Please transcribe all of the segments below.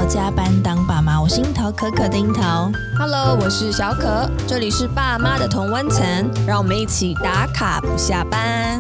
加班当爸妈，我是樱桃可可的樱桃。 Hello， 我是小可，这里是爸妈的同温层，让我们一起打卡不下班。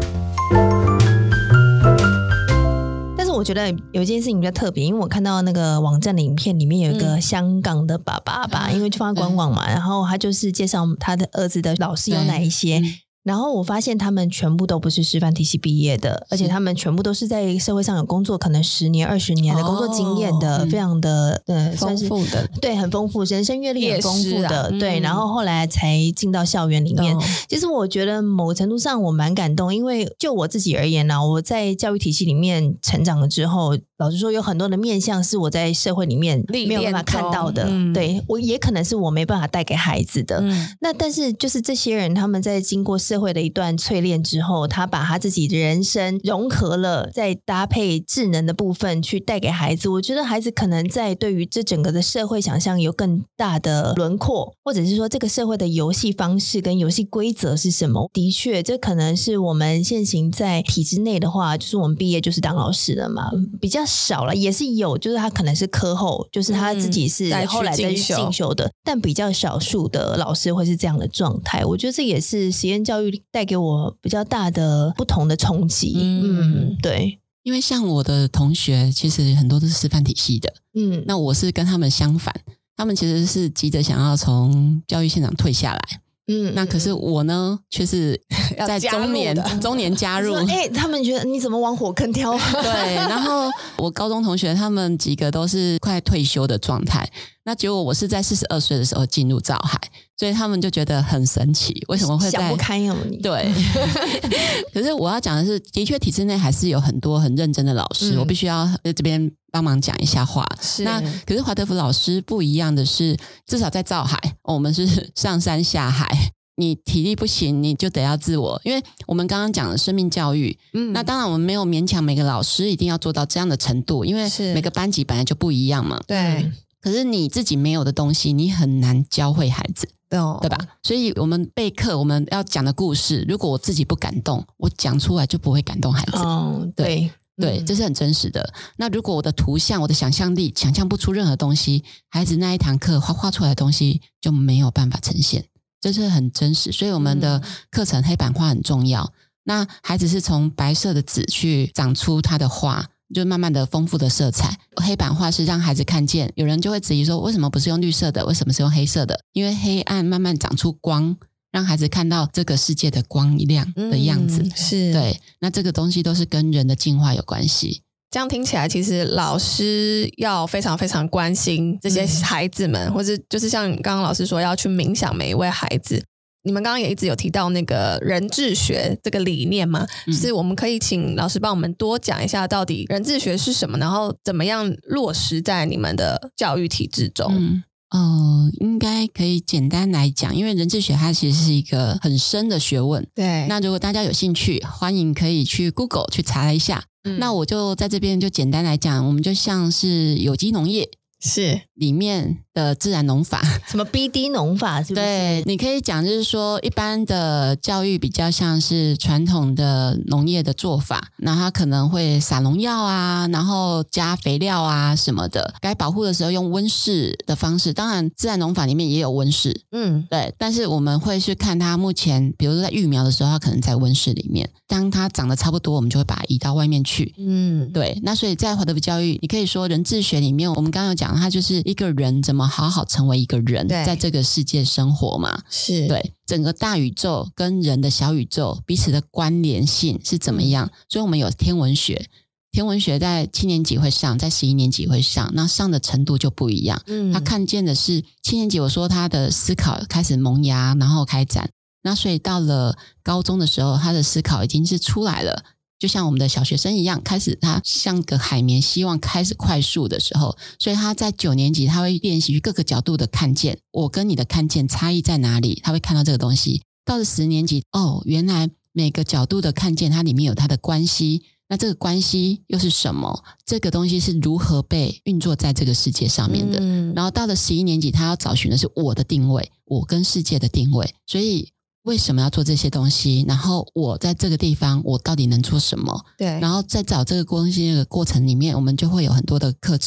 但是我觉得有一件事情比较特别，因为我看到那个网站的影片里面有一个香港的爸爸吧，因为就放在官网嘛，然后他就是介绍他的儿子的老师有哪一些。然后我发现他们全部都不是师范体系毕业的，而且他们全部都是在社会上有工作，可能10年、20年的工作经验的，非常的丰富的， 对，很丰富，人生阅历很丰富的，对。然后后来才进到校园里面。其实我觉得某程度上我蛮感动，因为就我自己而言呢，我在教育体系里面成长了之后，老实说有很多的面向是我在社会里面没有办法看到的，对，我也可能是我没办法带给孩子的。那但是就是这些人他们在经过社会的一段淬炼之后，他把他自己的人生融合了，再搭配智能的部分去带给孩子。我觉得孩子可能在对于这整个的社会想象有更大的轮廓，或者是说这个社会的游戏方式跟游戏规则是什么。的确这可能是我们现行在体制内的话，就是我们毕业就是当老师了嘛，比较少了，也是有，就是他可能是科后，就是他自己是后来再去进修的，但比较少数的老师会是这样的状态。我觉得这也是实验教育带给我比较大的不同的冲击。对， 因为像我的同学其实很多都是师范体系的，那我是跟他们相反，他们其实是急着想要从教育现场退下来。那可是我呢，却是在中年加入。 他们觉得你怎么往火坑跳？ 对，然后我高中同学他们几个都是快退休的状态，那结果我是在42岁的时候进入兆海，所以他们就觉得很神奇，为什么会在想不开哦？你对，可是我要讲的是，的确体制内还是有很多很认真的老师，我必须要在这边帮忙讲一下话。那可是华德福老师不一样的是，至少在兆海，我们是上山下海。你体力不行，你就得要自我，因为我们刚刚讲的生命教育，那当然我们没有勉强每个老师一定要做到这样的程度，因为每个班级本来就不一样嘛。 对， 可是你自己没有的东西，你很难教会孩子，对吧？所以我们备课，我们要讲的故事，如果我自己不感动，我讲出来就不会感动孩子。对，这是很真实的。那如果我的图像，我的想象力想象不出任何东西，孩子那一堂课画出来的东西就没有办法呈现。这是很真实，所以我们的课程黑板画很重要。那孩子是从白色的纸去长出他的画，就慢慢的丰富的色彩。黑板画是让孩子看见，有人就会质疑说，为什么不是用绿色的，为什么是用黑色的？因为黑暗慢慢长出光，让孩子看到这个世界的光亮的样子。 是对，那这个东西都是跟人的进化有关系。 这样听起来，其实老师要非常非常关心这些孩子们，或者就是像刚刚老师说要去冥想每一位孩子。你们刚刚也一直有提到那个人智学这个理念嘛，是我们可以请老师帮我们多讲一下到底人智学是什么，然后怎么样落实在你们的教育体制中。 应该可以简单来讲，因为人智学它其实是一个很深的学问。 对， 那如果大家有兴趣，欢迎可以去 Google 去查一下。那我就在这边就简单来讲，我们就像是有机农业是里面的自然农法， 什么 BD 农法是不是？ 对，你可以讲就是说一般的教育比较像是传统的农业的做法，那它可能会撒农药啊，然后加肥料啊什么的，该保护的时候用温室的方式，当然自然农法里面也有温室，对，但是我们会去看它目前比如说在育苗的时候，它可能在温室里面，当它长得差不多，我们就会把它移到外面去。对，那所以在华德福教育，你可以说人智学里面，我们刚刚有讲它就是一个人怎么好好成为一个人，在这个世界生活嘛。 是对整个大宇宙跟人的小宇宙彼此的关联性是怎么样，所以我们有天文学，天文学在7年级会上，在11年级会上，那上的程度就不一样。他看见的是7年级，我说他的思考开始萌芽，然后开展，那所以到了高中的时候，他的思考已经是出来了，就像我们的小学生一样，开始他像个海绵，希望开始快速的时候，所以他在9年级他会练习各个角度的看见，我跟你的看见差异在哪里，他会看到这个东西。到了10年级，原来每个角度的看见它里面有它的关系，那这个关系又是什么？这个东西是如何被运作在这个世界上面的？然后到了11年级，他要找寻的是我的定位，我跟世界的定位。所以为什么要做这些东西？然后我在这个地方，我到底能做什么？ 对。 然后在找这个东西的过程里面，我们就会有很多的课程。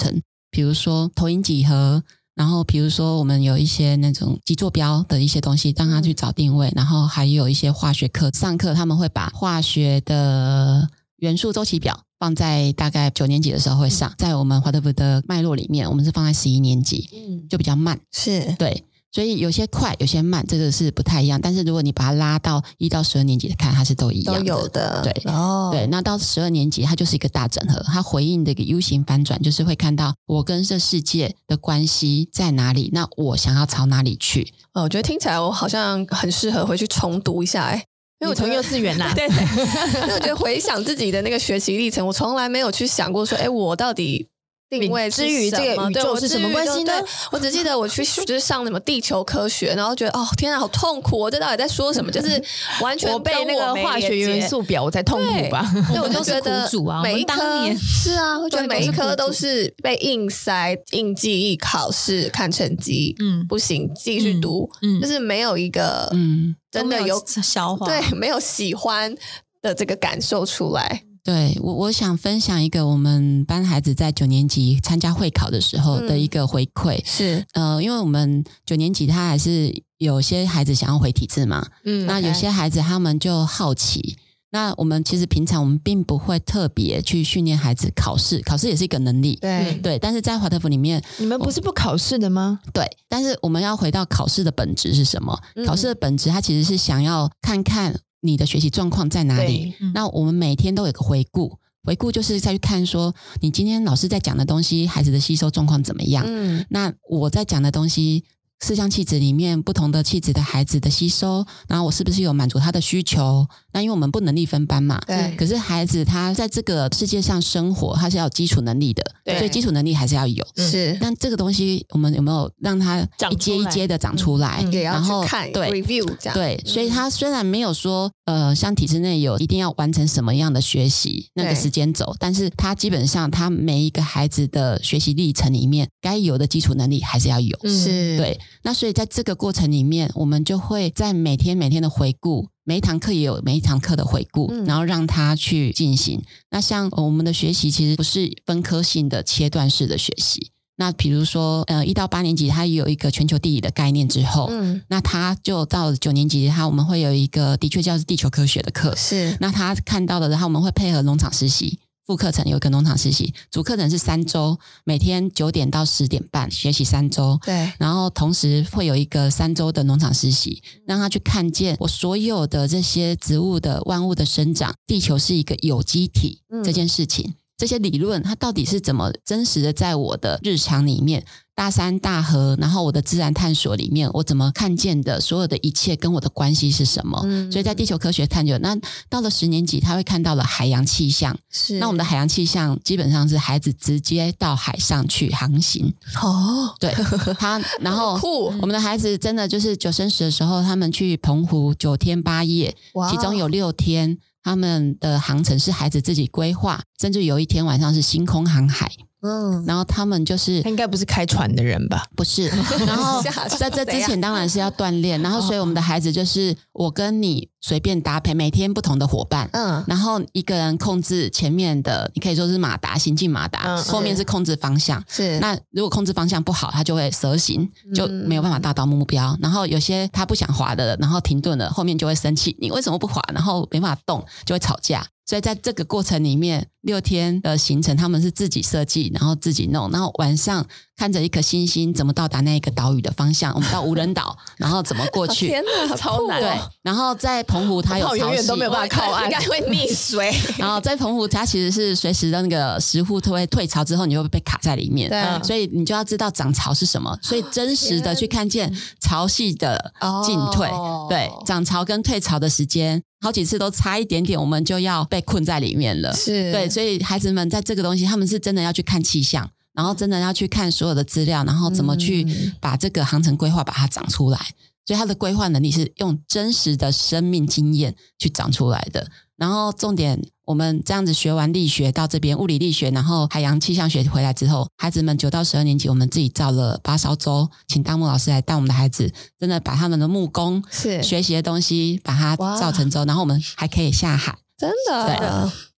比如说投影几何，然后比如说我们有一些那种基坐标的一些东西让他去找定位，然后还有一些化学课，上课他们会把化学的元素周期表放在大概9年级的时候会上，在我们华德福的脉络里面我们是放在11年级，就比较慢， 是对，所以有些快有些慢，这个是不太一样，但是如果你把它拉到1到12年级看，它是都一样的， 都有的， 对，对，那到12年级它就是一个大整合，它回应的一个 U 型反转，就是会看到我跟这世界的关系在哪里，那我想要朝哪里去。 我觉得听起来我好像很适合回去重读一下因为我从幼稚园啦， 对，因为我觉得回想自己的那个学习历程，我从来没有去想过说，我到底定位至于这个宇宙是什么关系呢？ 我只记得我去就是上什么地球科学，然后觉得天啊，好痛苦！我这到底在说什么？就是完全我背那个化学元素表，我才痛苦吧？ 对，我就觉得每一科是啊，我觉得每一科都是被硬塞、硬记忆、考试、看成绩，不行，继续读，就是没有一个真的有消化， 对，没有喜欢的这个感受出来。 对，我想分享一个我们班孩子在9年级参加会考的时候的一个回馈， 是因为我们9年级他还是有些孩子想要回体制嘛，那有些孩子他们就好奇，那我们其实平常我们并不会特别去训练孩子考试也是一个能力，对，但是在华德福里面， 你们不是不考试的吗？ 对，但是我们要回到考试的本质是什么？考试的本质它其实是想要看看你的学习状况在哪里，那我们每天都有个回顾就是再去看说你今天老师在讲的东西孩子的吸收状况怎么样，那我在讲的东西4项气质里面不同的气质的孩子的吸收，然后我是不是有满足他的需求，那因为我们不能力分班嘛， 对， 可是孩子他在这个世界上生活他是要有基础能力的，所以基础能力还是要有， 是， 但这个东西我们有没有让他一阶一阶的长出来， 也要去看对 review 这样， 对，所以他虽然没有说像体制内有一定要完成什么样的学习那个时间轴，但是他基本上他每一个孩子的学习历程里面该有的基础能力还是要有， 是， 对，那所以在这个过程里面我们就会在每天的回顾，每一堂课也有每一堂课的回顾，然后让他去进行。那像我们的学习其实不是分科性的切断式的学习，那比如说1到8年级他有一个全球地理的概念之后，那他就到9年级我们会有一个的确叫是地球科学的课， 是， 那他看到的然后我们会配合农场实习，副课程有一个农场实习，主课程是3周，每天9点到10点半学习3周， 对， 然后同时会有一个3周的农场实习，让他去看见我所有的这些植物的万物的生长，地球是一个有机体这件事情，这些理论它到底是怎么真实的在我的日常里面，大山大河，然后我的自然探索里面我怎么看见的所有的一切跟我的关系是什么，所以在地球科学探究，那到了10年级他会看到了海洋气象， 是， 那我们的海洋气象基本上是孩子直接到海上去航行，对，他然后我们的孩子真的就是9升10的时候他们去澎湖9天8夜，其中有6天他们的航程是孩子自己规划，甚至有一天晚上是星空航海，然后他们就是他应该不是开船的人吧？ 不是，然后在这之前当然是要锻炼，然后所以我们的孩子就是我跟你随便搭配，每天不同的伙伴，然后一个人控制前面的，你可以说是马达，行进马达，后面是控制方向， 是， 那如果控制方向不好，他就会蛇行，就没有办法达到目标，然后有些他不想滑的，然后停顿了，后面就会生气，你为什么不滑？然后没办法动，就会吵架。所以在这个过程里面6天的行程他们是自己设计，然后自己弄，然后晚上看着一颗星星怎么到达那一个岛屿的方向，我们到无人岛然后怎么过去， 天哪，超难， 对，然后在澎湖它有潮汐， 永远都没有办法靠岸， 应该会溺水然后在澎湖它其实是随时的那个石户会退潮之后你会被卡在里面，所以你就要知道涨潮是什么，所以真实的去看见潮汐的进退，对，涨潮跟退潮的时间好几次都差一点点我们就要被困在里面了， 是， 对，所以孩子们在这个东西他们是真的要去看气象，然后真的要去看所有的资料，然后怎么去把这个航程规划把它长出来，所以他的规划能力是用真实的生命经验去长出来的。然后重点我们这样子学完力学到这边物理力学，然后海洋气象学回来之后，孩子们9到12年级我们自己造了8艘舟，请大木老师来带我们的孩子真的把他们的木工学习的东西把它造成舟，然后我们还可以下海， 真的， 对，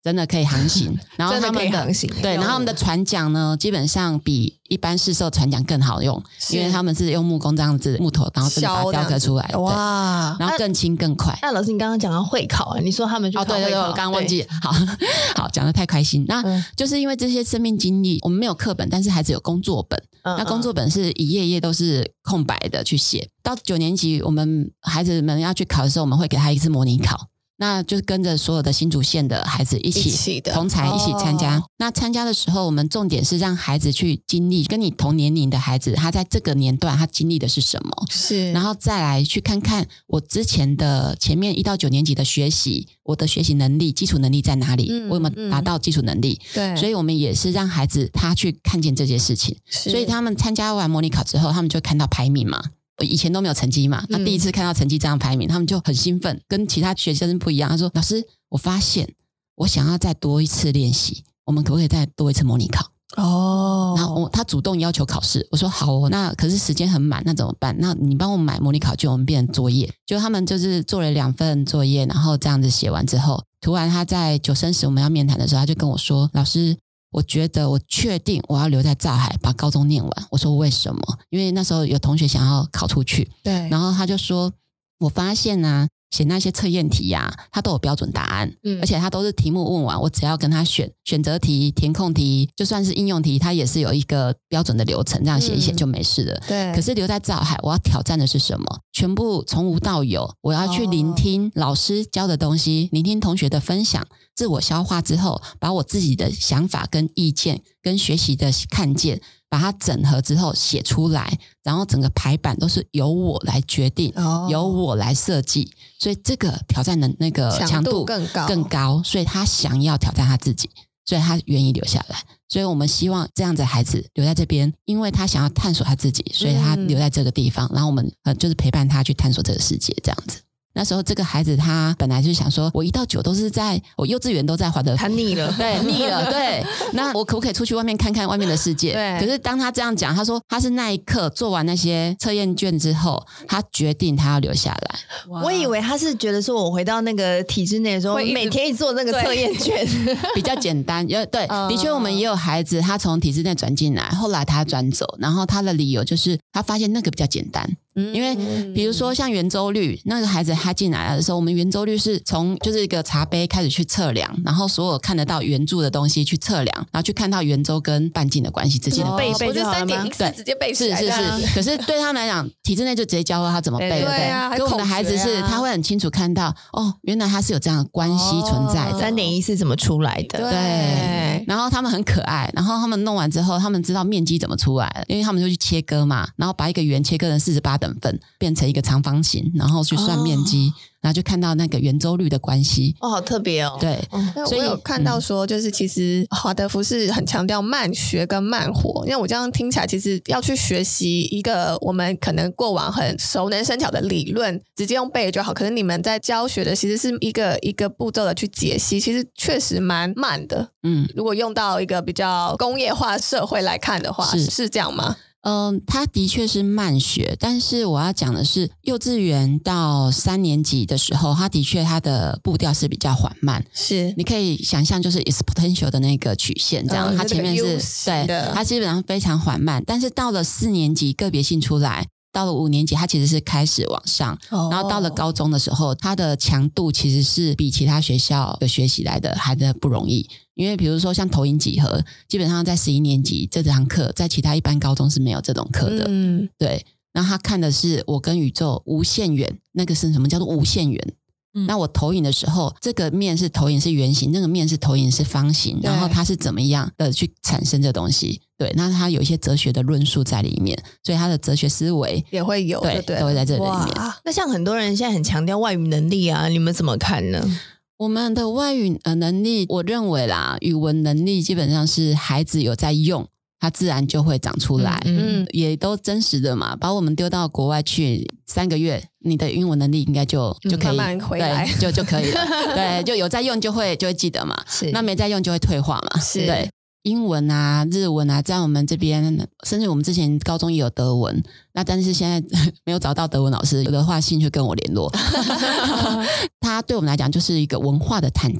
真的可以航行，然后他们的对，然后他们的船桨呢，基本上比一般市售船桨更好用，因为他们是用木工这样子木头，然后真的把它雕刻出来，哇，然后更轻更快。 那老师，你刚刚讲到会考，你说他们去考会考， 对，我刚刚忘记，好讲得太开心。那就是因为这些生命经历，我们没有课本，但是孩子有工作本，那工作本是一页页都是空白的去写。到9年级，我们孩子们要去考的时候，我们会给他一次模拟考。那就是跟着所有的新竹县的孩子一起同才一起参加。那参加的时候，我们重点是让孩子去经历跟你同年龄的孩子，他在这个年段他经历的是什么， 是， 然后再来去看看我之前的前面1到9年级的学习，我的学习能力基础能力在哪里，我有没有达到基础能力， 对， 所以我们也是让孩子他去看见这些事情。所以他们参加完模拟考之后，他们就看到排名嘛，以前都没有成绩嘛，那第一次看到成绩这样排名，他们就很兴奋，跟其他学生不一样。他说：“老师，我发现我想要再多一次练习，我们可不可以再多一次模拟考？”然后他主动要求考试，我说好哦，那可是时间很满，那怎么办？那你帮我买模拟考卷，我们变成作业。就他们就是做了2份作业，然后这样子写完之后，突然他在9生时我们要面谈的时候，他就跟我说：“老师，我觉得我确定我要留在兆海把高中念完。”我说为什么？因为那时候有同学想要考出去， 对， 然后他就说：“我发现啊，写那些测验题啊，他都有标准答案，而且他都是题目问完，我只要跟他选择题、填空题，就算是应用题，他也是有一个标准的流程，这样写一写就没事了。 对。 可是留在兆海，我要挑战的是什么？全部从无到有，我要去聆听老师教的东西，聆听同学的分享，自我消化之后，把我自己的想法跟意见跟学习的看见，把它整合之后写出来，然后整个排版都是由我来决定，由我来设计，所以这个挑战的那个强度更高，所以他想要挑战他自己，所以他愿意留下来。所以我们希望这样子的孩子留在这边，因为他想要探索他自己，所以他留在这个地方，然后我们就是陪伴他去探索这个世界这样子。那时候这个孩子他本来就想说，我1到9都是在我幼稚园都在华德福， 他腻了， 对，腻了，对。那我可不可以出去外面看看外面的世界？ 对。 可是当他这样讲，他说他是那一刻做完那些测验卷之后，他决定他要留下来。 我以为他是觉得说我回到那个体制内的时候，每天一做那个测验卷比较简单。对，的确我们也有孩子，他从体制内转进来，后来他转走，然后他的理由就是他发现那个比较简单。因为比如说像圆周率，那个孩子他进来的时候，我们圆周率是从就是一个茶杯开始去测量，然后所有看得到圆柱的东西去测量，然后去看到圆周跟半径的关系之间的背就好了吗？ 对，直接背起来。 是。可是对他们来讲，体制内就直接教他怎么背，对不对？可我们的孩子是他会很清楚看到，哦，原来他是有这样的关系存在的。 3.1是怎么出来的？ 对。然后他们很可爱，然后他们弄完之后，他们知道面积怎么出来了，因为他们就去切割嘛，然后把一个圆切割成48等份，变成一个长方形，然后去算面积，然后就看到那个圆周率的关系。 好特别哦。 对， 所以我有看到说，就是其实华德福是很强调慢学跟慢活，因为我这样听起来，其实要去学习一个我们可能过往很熟能生巧的理论，直接用背就好。可是你们在教学的其实是一个一个步骤的去解析，其实确实蛮慢的。如果用到一个比较工业化社会来看的话，是这样吗？ 他的确是慢学，但是我要讲的是，幼稚园到3年级的时候，他的确他的步调是比较缓慢。 是， 你可以想象就是 exponential 的那个曲线这样，它前面是对，它基本上非常缓慢。但是到了4年级，个别性出来。到了5年级，它其实是开始往上，然后到了高中的时候，它的强度其实是比其他学校的学习来的还的不容易。因为比如说像投影几何，基本上在11年级这堂课，在其他一般高中是没有这种课的。对。然后他看的是我跟宇宙无限远，那个是什么叫做无限远？那我投影的时候，这个面是投影是圆形，那个面是投影是方形，然后它是怎么样的去产生这东西？对，那它有一些哲学的论述在里面，所以它的哲学思维也会有，对， 都会在这里面。 那像很多人现在很强调外语能力啊，你们怎么看呢？ 我们的外语能力，我认为啦，语文能力基本上是孩子有在用，它自然就会长出来，也都真实的嘛。把我们丢到国外去3个月，你的英文能力应该就可以慢慢回来， 对，就可以了。对，就有在用就会记得嘛。那没在用就会退化嘛。对，英文啊、日文啊，在我们这边，甚至我们之前高中也有德文，那但是现在没有找到德文老师，有的话兴趣跟我联络。它对我们来讲就是一个文化的探讨。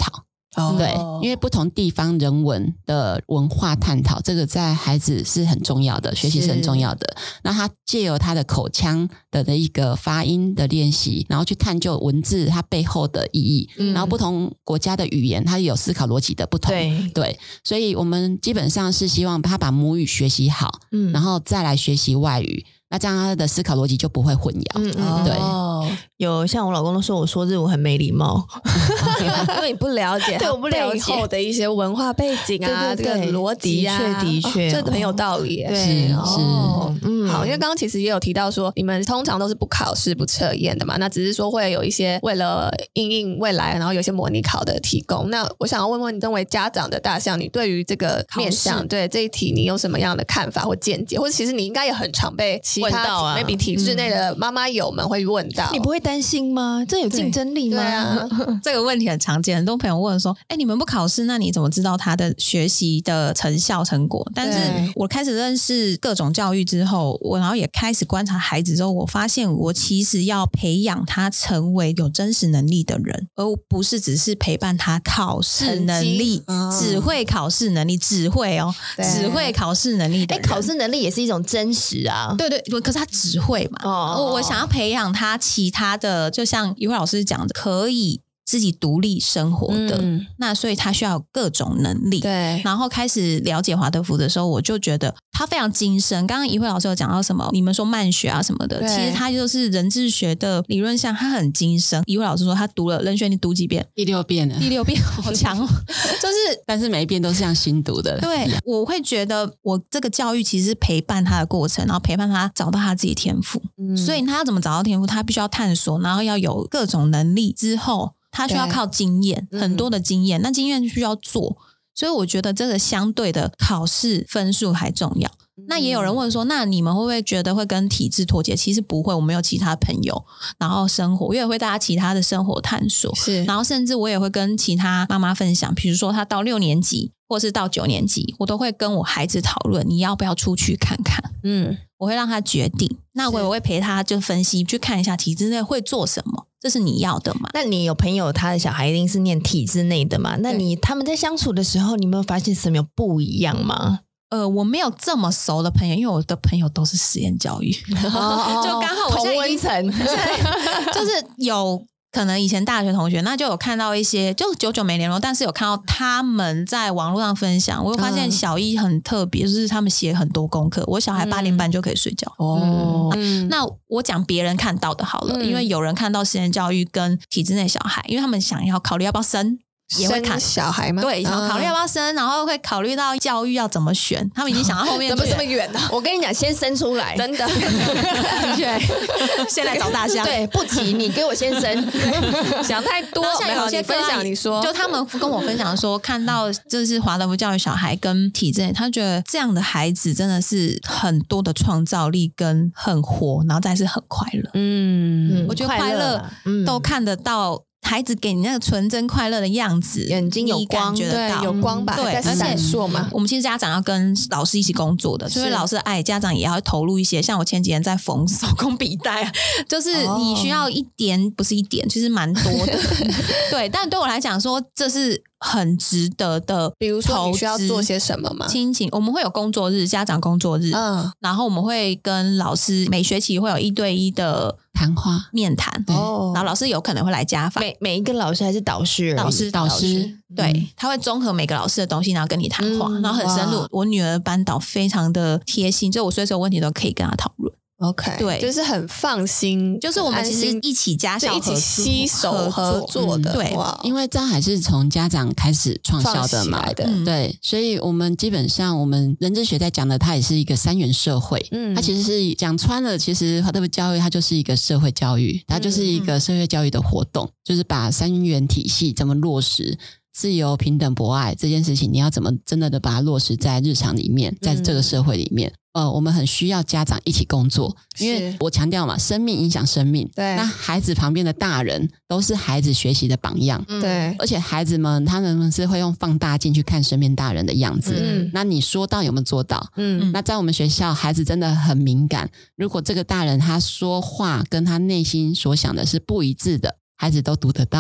对，因为不同地方人文的文化探讨，这个在孩子是很重要的，学习是很重要的。那他借由他的口腔的一个发音的练习，然后去探究文字它背后的意义，然后不同国家的语言它有思考逻辑的不同，对，所以我们基本上是希望他把母语学习好，然后再来学习外语，那这样他的思考逻辑就不会混淆。对， 有像我老公都说我说日文很没礼貌， 因为你不了解对，我不了解背后的一些文化背景啊，这个逻辑啊， 的确， 这很有道理。 对，是好，因为刚刚其实也有提到说，你们通常都是不考试不测验的嘛，那只是说会有一些为了因应未来，然后有一些模拟考的提供。那我想要问问，身为家长的大象，你对于这个面向，对这一题你有什么样的看法或见解？或者其实你应该也很常被其他maybe体制内的妈妈友们会问到， 你不会担心吗？这有竞争力吗？ 这个问题很常见，很多朋友问说，你们不考试，那你怎么知道他的学习的成效成果？但是我开始认识各种教育之后，然后也开始观察孩子之后，我发现我其实要培养他成为有真实能力的人，而不是只是陪伴他考试能力，只会考试能力，只会考试能力的人。 考试能力也是一种真实啊。 对，可是他只会嘛。我想要培养他其他的，就像一慧老师讲的，可以自己独立生活的，那所以他需要有各种能力。 对， 然后开始了解华德福的时候，我就觉得他非常精深。刚刚一慧老师有讲到什么，你们说慢学啊什么的，其实他就是人智学的理论上他很精深。一慧老师说他读了人学，你读几遍？ 第6遍了， 第6遍好强哦！就是但是每一遍都是像新读的。 对，我会觉得我这个教育其实是陪伴他的过程，然后陪伴他找到他自己天赋。所以他要怎么找到天赋？他必须要探索，然后要有各种能力之后。他需要靠经验，很多的经验，那经验需要做，所以我觉得这个相对的考试分数还重要。那也有人问说，那你们会不会觉得会跟体制脱节？其实不会，我们有其他朋友，然后生活，我也会大家其他的生活探索， 是， 然后甚至我也会跟其他妈妈分享，比如说他到6年级或是到9年级，我都会跟我孩子讨论，你要不要出去看看？我会让他决定，那我也会陪他就分析，去看一下体制内会做什么。这是你要的嘛？ 那你有朋友他的小孩一定是念体制内的嘛？那他们在相处的时候，你有没有发现什么不一样吗？ 我没有这么熟的朋友，因为我的朋友都是实验教育，就刚好我同温层， 就是有可能以前大学同学，那就有看到一些，就久久没联络，但是有看到他们在网络上分享，我有发现小一很特别，就是他们写很多功课，我小孩8点半就可以睡觉。那我讲别人看到的好了，因为有人看到实验教育跟体制内小孩，因为他们想要考虑要不要生。也会看小孩吗？ 对，考虑要不要生，然后会考虑到教育要怎么选，他们已经想到后面怎么这么远呢？ 我跟你讲，先生出来， 真的， 的确，先来找大象。 对，不急，你给我先生， 想太多。 像有些分享，你说， 就他们跟我分享说，看到这是华德福教育小孩跟体制内，他觉得这样的孩子真的是很多的创造力跟很活，然后再是很快乐。我觉得快乐都看得到。孩子给你那个纯真快乐的样子， 眼睛有光， 对， 有光吧， 对， 在闪烁嘛。 我们其实家长要跟老师一起工作的，所以老师的爱，家长也要投入一些。像我前几天在缝手工笔袋，就是你需要一点，不是一点，其实蛮多的。对，但对我来讲说，这是很值得的。 比如说，你需要做些什么吗？ 亲情，我们会有工作日，家长工作日，然后我们会跟老师每学期会有1对1的谈话面谈，然后老师有可能会来家访， 每一个老师还是导师？ 导师，对，他会综合每个老师的东西，然后跟你谈话，然后很深入。我女儿班导非常的贴心，就我随时有问题都可以跟他讨论。 OK， 对， 就是很放心， 就是我们其实一起家校一起携手合作的， 对， 因为这还是从家长开始创校的嘛，对，所以我们基本上我们人智学在讲的，它也是一个3元社会，它其实是讲穿了，其实华德福教育它就是一个社会教育，它就是一个社会教育的活动，就是把3元体系怎么落实。自由、平等、博爱这件事情，你要怎么真的把它落实在日常里面，在这个社会里面？我们很需要家长一起工作，因为我强调嘛，生命影响生命。 对， 那孩子旁边的大人都是孩子学习的榜样。 对， 而且孩子们他们是会用放大镜去看身边大人的样子。那你说到有没有做到？那在我们学校，孩子真的很敏感。如果这个大人他说话跟他内心所想的是不一致的，孩子都读得到。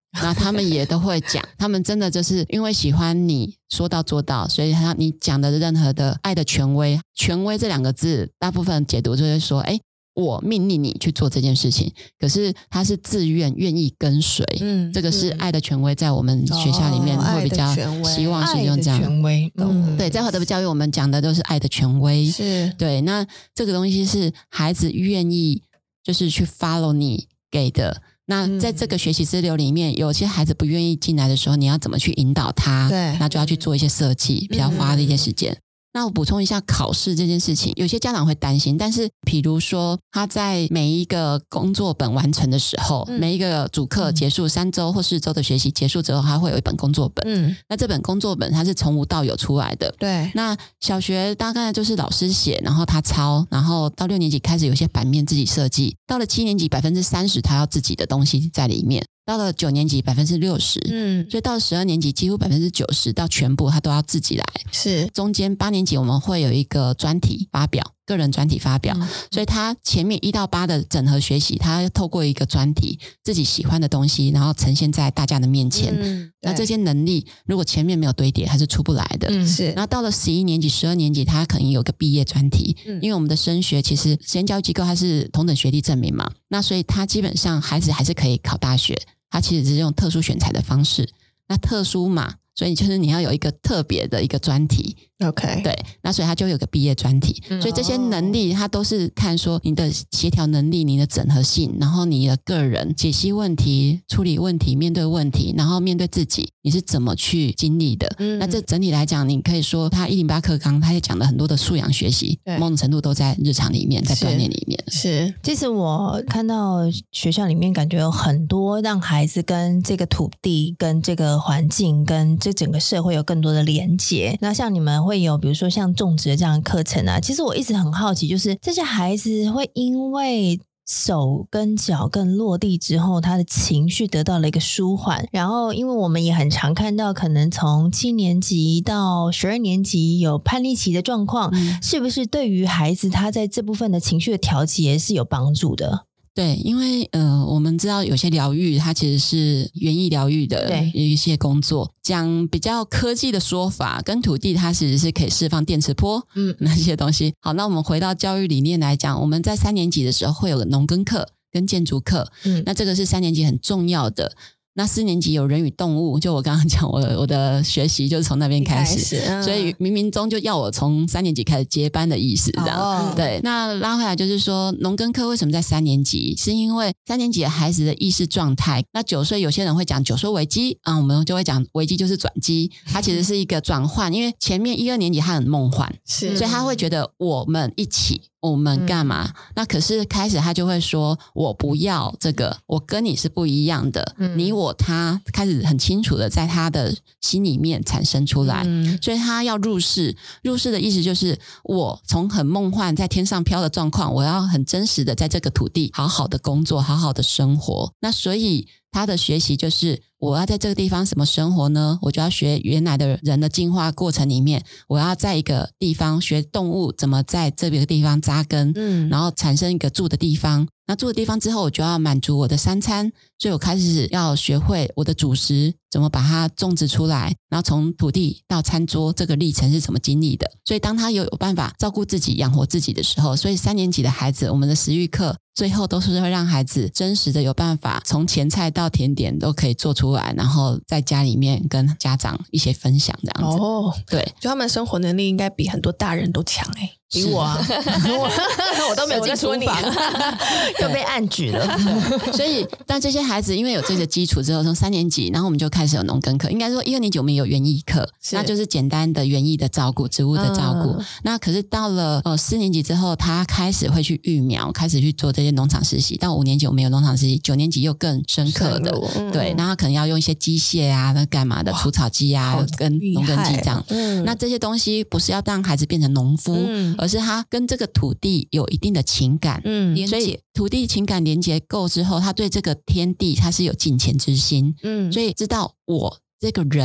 那他们也都会讲，他们真的就是因为喜欢你说到做到，所以你讲的任何的爱的权威这2个字，大部分解读就会说我命令你去做这件事情，可是他是自愿愿意跟随，这个是爱的权威，在我们学校里面会比较希望是用这样权威， 对，在华德福教育我们讲的都是爱的权威， 是对，那这个东西是孩子愿意就是去 follow 你给的。那在这个学习之流里面，有些孩子不愿意进来的时候，你要怎么去引导他？ 对， 那就要去做一些设计，比较花的一些时间。那我补充一下考试这件事情，有些家长会担心，但是比如说他在每一个工作本完成的时候，每一个主课结束3周或4周的学习结束之后，他会有一本工作本，那这本工作本它是从无到有出来的， 对。 那小学大概就是老师写，然后他抄，然后到6年级开始有些版面自己设计，到了7年级30%他要自己的东西在里面，到了9年级60%，所以到了12年级几乎90%到全部他都要自己来。 是中间8年级我们会有一个专题发表，个人专题发表，所以他前面1到8的整合学习，他透过一个专题自己喜欢的东西，然后呈现在大家的面前。那这些能力如果前面没有堆叠，还是出不来的。 是。 然后到了11年级、12年级，他可能有个毕业专题，因为我们的升学其实实验教育机构它是同等学历证明嘛，那所以他基本上孩子还是可以考大学。它其实是用特殊选材的方式，那特殊嘛，所以就是你要有一个特别的一个专题 ，OK， 对，那所以它就有个毕业专题，所以这些能力它都是看说你的协调能力、你的整合性，然后你的个人解析问题、处理问题、面对问题，然后面对自己你是怎么去经历的。那这整体来讲，你可以说它108课纲它也讲了很多的素养学习，某种程度都在日常里面，在锻炼里面。 是， 其实我看到学校里面感觉有很多让孩子跟这个土地、跟这个环境、跟这整个社会有更多的连结。那像你们会有比如说像种植这样的课程啊，其实我一直很好奇，就是这些孩子会因为手跟脚更落地之后，他的情绪得到了一个舒缓。然后因为我们也很常看到可能从7年级到12年级有叛逆期的状况，是不是对于孩子他在这部分的情绪的调节是有帮助的？ 对，因为我们知道有些疗愈它其实是园艺疗愈的一些工作，讲比较科技的说法，跟土地它其实是可以释放电磁波，那些东西。好，那我们回到教育理念来讲，我们在3年级的时候会有个农耕课跟建筑课，那这个是3年级很重要的。那4年级有人与动物，就我刚刚讲我的学习就是从那边开始，所以冥冥中就要我从3年级开始接班的意思这样。对，那拉回来就是说农耕课为什么在3年级，是因为3年级的孩子的意识状态，那9岁有些人会讲9岁危机我们就会讲危机就是转机，它其实是一个转换，因为前面1、2年级他很梦幻，所以他会觉得我们一起我们干嘛那可是开始他就会说我不要这个，我跟你是不一样的，你我他开始很清楚的在他的心里面产生出来，所以他要入世的意思就是我从很梦幻在天上飘的状况，我要很真实的在这个土地好好的工作，好好的生活。那所以他的学习就是我要在这个地方怎么生活呢？我就要学原来的人的进化过程里面，我要在一个地方学动物怎么在这个地方扎根，然后产生一个住的地方。那住的地方之后，我就要满足我的3餐，所以我开始要学会我的主食怎么把它种植出来，然后从土地到餐桌这个历程是怎么经历的。所以当他有办法照顾自己、养活自己的时候，所以3年级的孩子，我们的食育课最后都是会让孩子真实的有办法从前菜到甜点都可以做出来，然后在家里面跟家长一些分享这样子。对， 就他们生活能力应该比很多大人都强比我我都没有进厨房就被暗指了。 所以但这些孩子因为有这个基础之后，从3年级然后我们就开始有农耕课，应该说1、2年级我们有园艺课，那就是简单的园艺的照顾、植物的照顾。那可是到了4年级之后，他开始会去育苗，开始去做这些农场实习。到5年级我们有农场实习，9年级又更深刻的对，那他可能要用一些机械啊，那干嘛的除草机啊跟农耕机这样。那这些东西不是要让孩子变成农夫，而是他跟这个土地有一定的情感，所以土地情感连结够之后，他对这个天地他是有敬虔之心，所以知道我这个人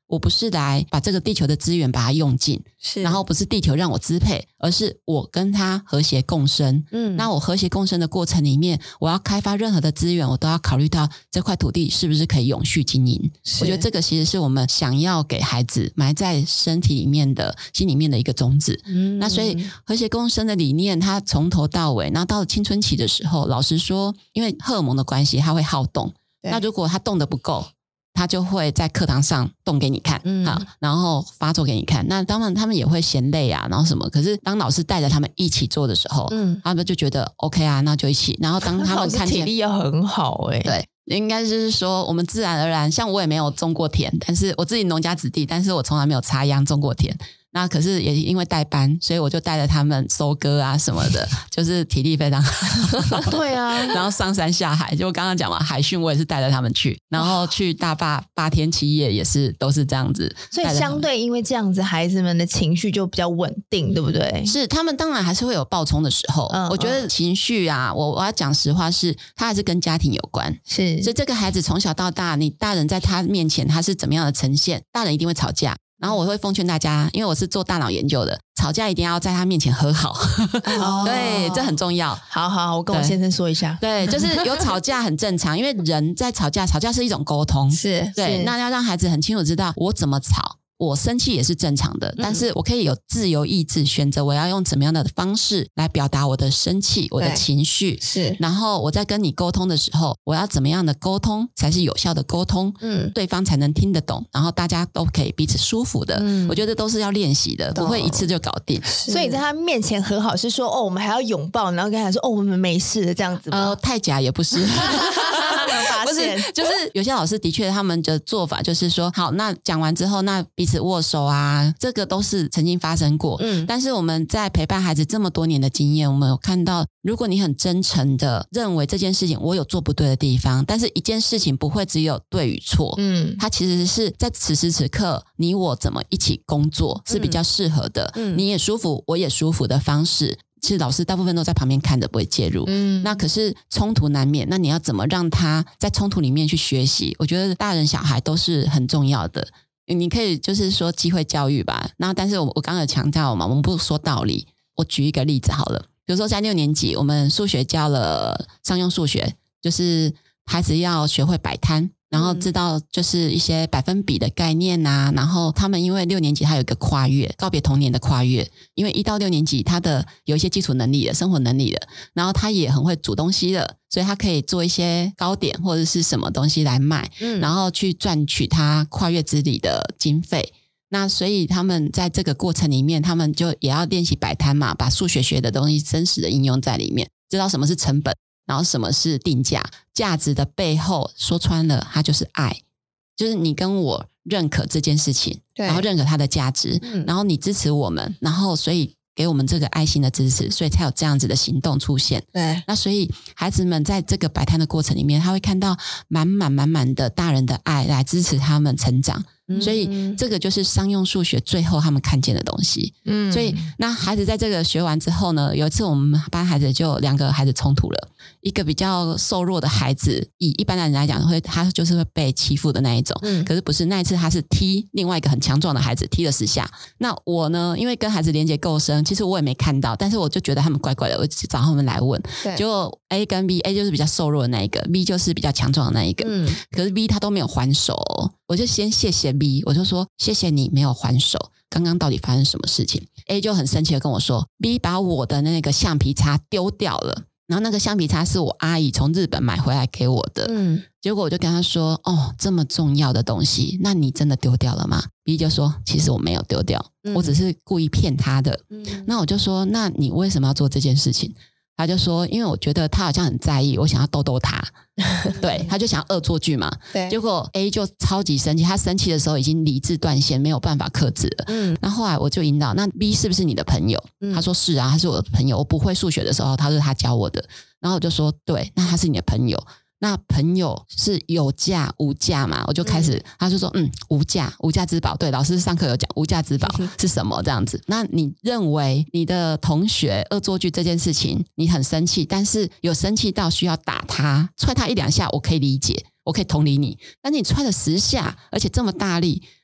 我不是来把这个地球的资源把它用尽， 是， 然后不是地球让我支配，而是我跟它和谐共生。那我和谐共生的过程里面，我要开发任何的资源，我都要考虑到这块土地是不是可以永续经营。我觉得这个其实是我们想要给孩子埋在身体里面的心里面的一个种子。那所以和谐共生的理念，它从头到尾，然后到了青春期的时候，老实说，因为荷尔蒙的关系，它会好动。那如果它动得不够，他就会在课堂上动给你看，然后发作给你看。那当然他们也会嫌累啊，然后什么。可是当老师带着他们一起做的时候，他们就觉得 OK 啊，那就一起。然后当他们看见体力要很好对，应该就是说我们自然而然，像我也没有种过田，但是我自己农家子弟，但是我从来没有插秧种过田。那可是也因为带班，所以我就带着他们收割啊什么的，就是体力非常好。 对啊， 然后上山下海，就我刚刚讲嘛，海训我也是带着他们去，然后去大坝8天7夜也是都是这样子。 所以相对因为这样子，孩子们的情绪就比较稳定，对不对？ 是，他们当然还是会有暴冲的时候。我觉得情绪啊，我要讲实话是，他还是跟家庭有关。 是， 所以这个孩子从小到大，你大人在他面前他是怎么样的呈现，大人一定会吵架。然后我会奉劝大家，因为我是做大脑研究的，吵架一定要在他面前和好。对，这很重要。 好，我跟我先生说一下。 对，就是有吵架很正常，因为人在吵架是一种沟通。 是， 对，那要让孩子很清楚知道我怎么吵。我生气也是正常的，但是我可以有自由意志，选择我要用怎么样的方式来表达我的生气，我的情绪。 是， 然后我在跟你沟通的时候，我要怎么样的沟通才是有效的沟通，对方才能听得懂，然后大家都可以彼此舒服的。我觉得都是要练习的，不会一次就搞定。 所以在他面前和好是说，我们还要拥抱，然后跟他说，我们没事的这样子吗？ 太假也不是。不是，就是有些老师的确他们的做法就是说，好，那讲完之后，那彼此握手啊，这个都是曾经发生过。但是我们在陪伴孩子这么多年的经验，我们有看到，如果你很真诚的认为这件事情我有做不对的地方，但是一件事情不会只有对与错，它其实是在此时此刻你我怎么一起工作是比较适合的，你也舒服我也舒服的方式。其实老师大部分都在旁边看着，不会介入。那可是冲突难免，那你要怎么让他在冲突里面去学习？我觉得大人小孩都是很重要的。你可以就是说机会教育吧。那但是我刚刚有强调嘛，我们不说道理。我举一个例子好了，比如说在6年级，我们数学教了商用数学，就是孩子要学会摆摊。然后知道就是一些百分比的概念啊，然后他们因为6年级他有一个跨越，告别童年的跨越，因为1到6年级他的有一些基础能力的生活能力的，然后他也很会煮东西的，所以他可以做一些糕点或者是什么东西来卖，然后去赚取他跨越之旅的经费。那所以他们在这个过程里面，他们就也要练习摆摊嘛，把数学学的东西真实的应用在里面，知道什么是成本，然后什么是定价，价值的背后说穿了它就是爱，就是你跟我认可这件事情，然后认可它的价值，然后你支持我们，然后所以给我们这个爱心的支持，所以才有这样子的行动出现。 对， 那所以孩子们在这个摆摊的过程里面，他会看到满满的大人的爱来支持他们成长。所以这个就是商用数学最后他们看见的东西。所以那孩子在这个学完之后呢，有一次我们班孩子就2个孩子冲突了，一个比较瘦弱的孩子，以一般的人来讲他就是会被欺负的那一种，可是不是，那一次他是踢另外一个很强壮的孩子，踢了10下。那我呢，因为跟孩子连结够深，其实我也没看到，但是我就觉得他们怪怪的，我就找他们来问，结果 A 跟 B， A 就是比较瘦弱的那一个， B 就是比较强壮的那一个，可是 B 他都没有还手我就先谢谢 B， 我就说谢谢你没有还手，刚刚到底发生什么事情？ A 就很生气的跟我说 B 把我的那个橡皮擦丢掉了，然后那个橡皮擦是我阿姨从日本买回来给我的，结果我就跟他说这么重要的东西，那你真的丢掉了吗？ B 就说其实我没有丢掉，我只是故意骗他的。那我就说那你为什么要做这件事情？他就说因为我觉得他好像很在意，我想要逗逗他。对，他就想要恶作剧嘛。对，结果 A 就超级生气，他生气的时候已经理智断线，没有办法克制了。那后来我就引导，那 B 是不是你的朋友？他说是啊，他是我的朋友，我不会数学的时候他是他教我的。然后我就说对，那他是你的朋友，那朋友是有价无价嘛？我就开始他就说无价之宝。对，老师上课有讲无价之宝是什么这样子。那你认为你的同学恶作剧这件事情你很生气，但是有生气到需要打他踹他1-2下我可以理解，我可以同理你，但是你踹了10下而且这么大力，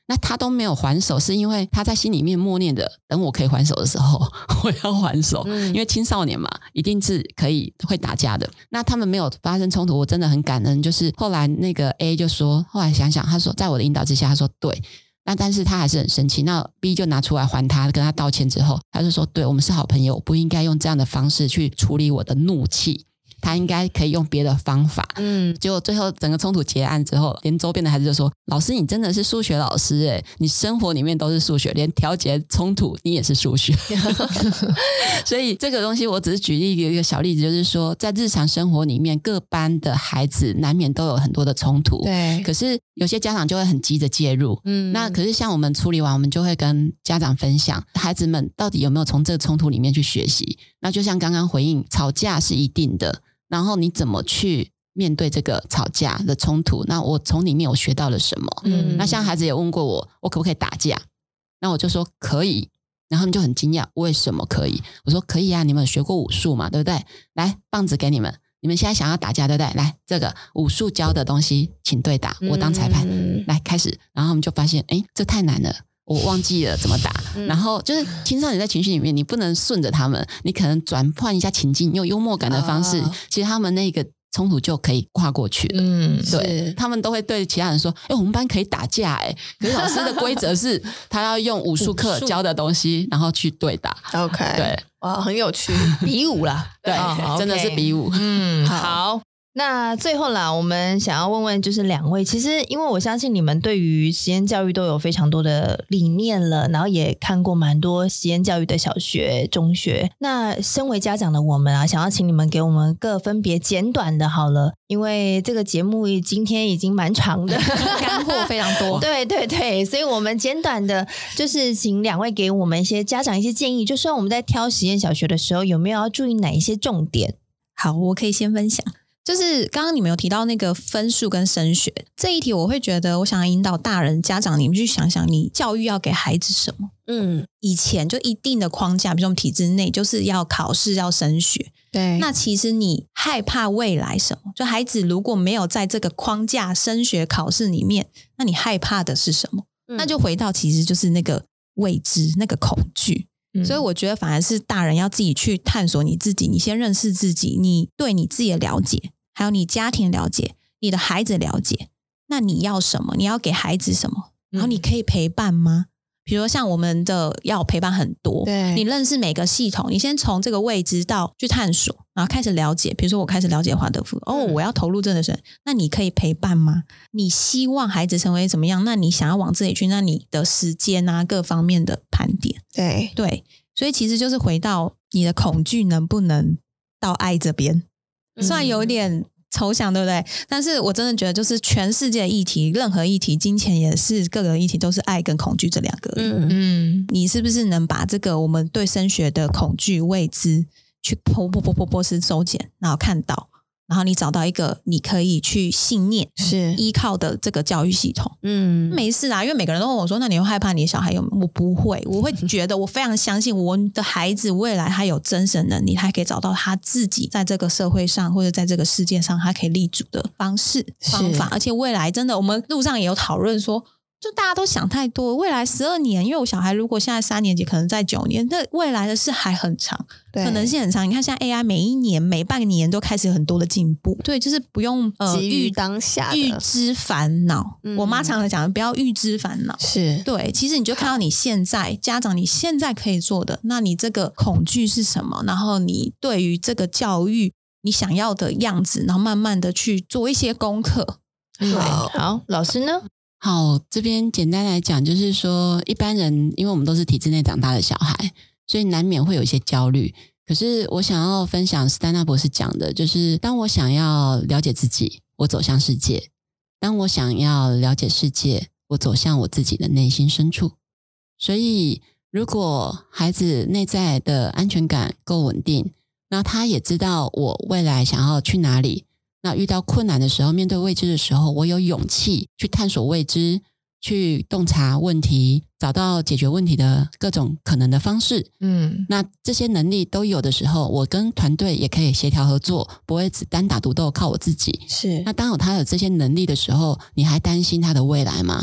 那他都没有还手，是因为他在心里面默念的，等我可以还手的时候我要还手，因为青少年嘛一定是会打架的。那他们没有发生冲突，我真的很感恩。就是后来那个 A 就说，后来想想他说在我的引导之下，他说对，那但是他还是很生气。那 B 就拿出来还他，跟他道歉之后，他就说对，我们是好朋友，我不应该用这样的方式去处理我的怒气，他应该可以用别的方法。结果最后整个冲突结案之后，连周边的孩子就说，老师你真的是数学老师耶，你生活里面都是数学，连调节冲突你也是数学所以这个东西我只是举例一个小例子，就是说在日常生活里面各班的孩子难免都有很多的冲突， 对， 可是有些家长就会很急着介入，那可是像我们处理完，我们就会跟家长分享孩子们到底有没有从这个冲突里面去学习。那就像刚刚回应，吵架是一定的，然后你怎么去面对这个吵架的冲突，那我从里面我学到了什么。那像孩子也问过我可不可以打架，那我就说可以，然后他们就很惊讶为什么可以，我说可以啊，你们有学过武术嘛，对不对？来，棒子给你们，你们现在想要打架对不对？来，这个武术教的东西请对打，我当裁判，来开始。然后他们就发现这太难了，我忘记了怎么打。然后就是青少年在情绪里面，你不能顺着他们，你可能转换一下情境，用幽默感的方式，其实他们那个冲突就可以跨过去了。对，他们都会对其他人说我们班可以打架可是老师的规则是他要用武术课教的东西然后去对打。 OK， 对， 哇，很有趣比武啦对，真的是比武。 好，那最后啦，我们想要问问就是两位，其实因为我相信你们对于实验教育都有非常多的理念了，然后也看过蛮多实验教育的小学中学，那身为家长的我们啊，想要请你们给我们各分别简短的好了，因为这个节目今天已经蛮长的干货非常多对对对，所以我们简短的就是请两位给我们一些家长一些建议，就说我们在挑实验小学的时候有没有要注意哪一些重点。 好，我可以先分享，就是刚刚你们有提到那个分数跟升学这一题，我会觉得我想要引导大人家长，你们去想想你教育要给孩子什么。以前就一定的框架，比如说我们体制内就是要考试要升学， 对， 那其实你害怕未来什么？就孩子如果没有在这个框架升学考试里面，那你害怕的是什么？那就回到其实就是那个未知，那个恐惧。所以我觉得反而是大人要自己去探索你自己，你先认识自己，你对你自己的了解，还有你家庭了解，你的孩子了解，那你要什么？你要给孩子什么？然后你可以陪伴吗？比如说像我们的要陪伴很多， 对， 你认识每个系统，你先从这个未知到去探索，然后开始了解。比如说我开始了解华德福，我要投入这个神，那你可以陪伴吗？你希望孩子成为怎么样？那你想要往这里去，那你的时间啊各方面的盘点，对，所以其实就是回到你的恐惧能不能到爱这边，虽然有点抽象对不对？但是我真的觉得就是全世界的议题，任何议题，金钱也是，各个议题都是爱跟恐惧这两个。你是不是能把这个我们对升学的恐惧未知去剖丝收减，然后看到，然后你找到一个你可以去信念是依靠的这个教育系统。没事啊，因为每个人都问我说那你会害怕你的小孩有没有？我不会，我会觉得我非常相信我的孩子未来他有真实能力，他可以找到他自己在这个社会上或者在这个世界上他可以立足的方法，而且未来真的我们路上也有讨论说，就大家都想太多，未来12年，因为我小孩如果现在3年级可能在9年，那未来的事还很长，可能性很长。你看现在 AI 每一年每半年都开始有很多的进步，对，就是不用急于当下的预知烦恼。我妈常常讲不要预知烦恼， 是对，其实你就看到你现在家长你现在可以做的，那你这个恐惧是什么，然后你对于这个教育你想要的样子，然后慢慢的去做一些功课。 对，好，老师呢？ 好，这边简单来讲就是说，一般人因为我们都是体制内长大的小孩，所以难免会有一些焦虑。可是我想要分享史丹纳博士讲的，就是当我想要了解自己，我走向世界；当我想要了解世界，我走向我自己的内心深处。所以如果孩子内在的安全感够稳定，那他也知道我未来想要去哪里，那遇到困难的时候，面对未知的时候，我有勇气去探索未知，去洞察问题，找到解决问题的各种可能的方式。那这些能力都有的时候，我跟团队也可以协调合作，不会只单打独斗靠我自己。 是。 那当他有这些能力的时候，你还担心他的未来吗？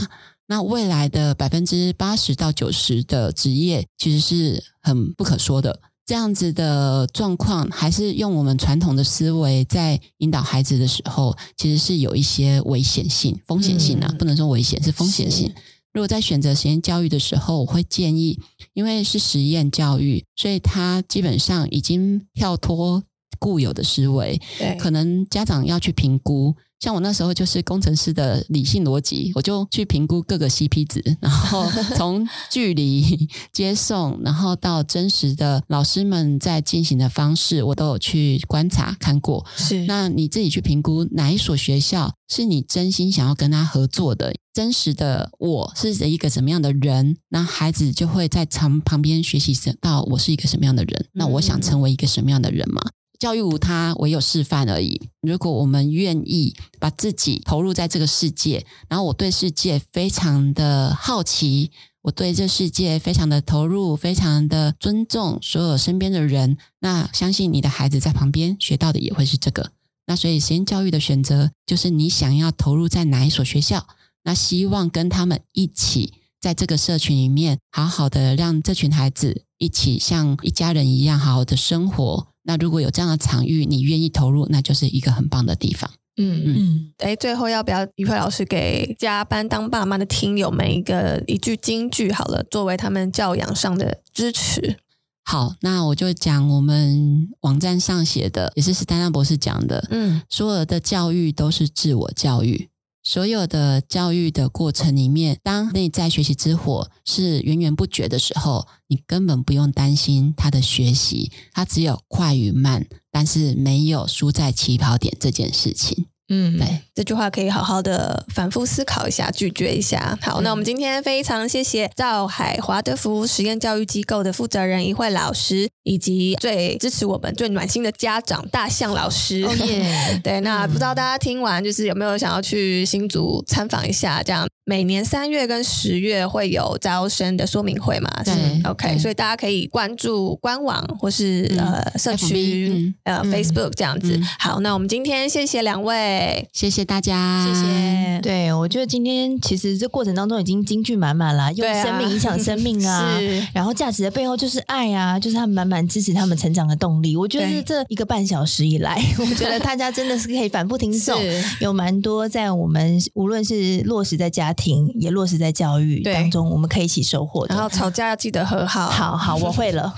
那未来的80%到90%的职业其实是很不可说的。这样子的状况，还是用我们传统的思维在引导孩子的时候，其实是有一些危险性、风险性不能说危险，是风险性。如果在选择实验教育的时候，我会建议，因为是实验教育，所以它基本上已经跳脱固有的思维，可能家长要去评估。像我那时候就是工程师的理性逻辑，我就去评估各个 CP 值，然后从距离接送，然后到真实的老师们在进行的方式，我都有去观察看过。 是， 那你自己去评估哪一所学校是你真心想要跟他合作的，真实的我是一个什么样的人，那孩子就会在旁边学习到我是一个什么样的人，那我想成为一个什么样的人嘛。教育无他，唯有示范而已。如果我们愿意把自己投入在这个世界，然后我对世界非常的好奇，我对这世界非常的投入，非常的尊重所有身边的人，那相信你的孩子在旁边学到的也会是这个。那所以实验教育的选择，就是你想要投入在哪一所学校，那希望跟他们一起在这个社群里面好好的让这群孩子一起像一家人一样好好的生活。那如果有这样的场域，你愿意投入，那就是一个很棒的地方。 最后要不要怡慧老师给加班当爸妈的听友们一句金句好了，作为他们教养上的支持？ 好，那我就讲我们网站上写的，也是史丹纳博士讲的，所有的教育都是自我教育。所有的教育的过程里面，当内在学习之火是源源不绝的时候，你根本不用担心他的学习，他只有快与慢，但是没有输在起跑点这件事情。对， 这句话可以好好的反复思考一下，咀嚼一下。好，那我们今天非常谢谢兆海华德福实验教育机构的负责人怡慧老师，以及最支持我们最暖心的家长大象老师。对，那不知道大家听完就是有没有想要去新竹参访一下，这样每年3月跟10月会有招生的说明会嘛？ 对 ，OK， 所以大家可以关注官网或是社区Facebook 这样子。好，那我们今天谢谢两位。 谢谢大家， 谢谢。 对，我觉得今天其实这过程当中已经金句满满了，用生命影响生命啊，然后价值的背后就是爱啊，就是他们满满支持他们成长的动力。我觉得这1个半小时以来，我觉得大家真的是可以反复听诵，有蛮多在我们无论是落实在家庭，也落实在教育当中，我们可以一起收获的。 然后吵架要记得和好。 好，我会了。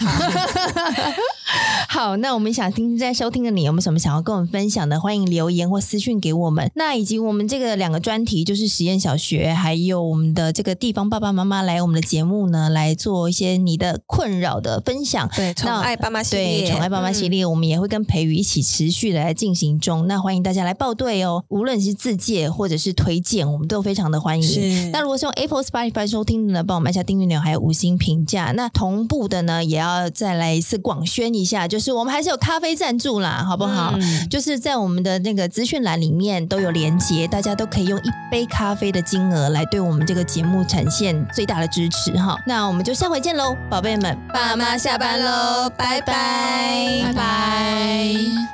好，那我们想听在收听的你有没有什么想要跟我们分享的，欢迎留言或私讯给我们。那以及我们这个2个专题，就是实验小学还有我们的这个地方爸爸妈妈来我们的节目呢，来做一些你的困扰的分享。 对，宠爱爸妈系列， 对，宠爱爸妈系列，我们也会跟培瑜一起持续的来进行中。那欢迎大家来报队哦，无论是自介或者是推荐，我们都非常的欢迎。那如果是用 Apple、Spotify 收听的呢，帮我们按下订阅钮，还有5星评价。那同步的呢，也要再来一次广宣一下，就是我们还是有咖啡赞助啦，好不好？就是在我们的那个资讯栏里面都有连结，大家都可以用1杯咖啡的金额来对我们这个节目呈现最大的支持哈。那我们就下回见喽，宝贝们， 爸妈下班喽，拜拜， 拜拜。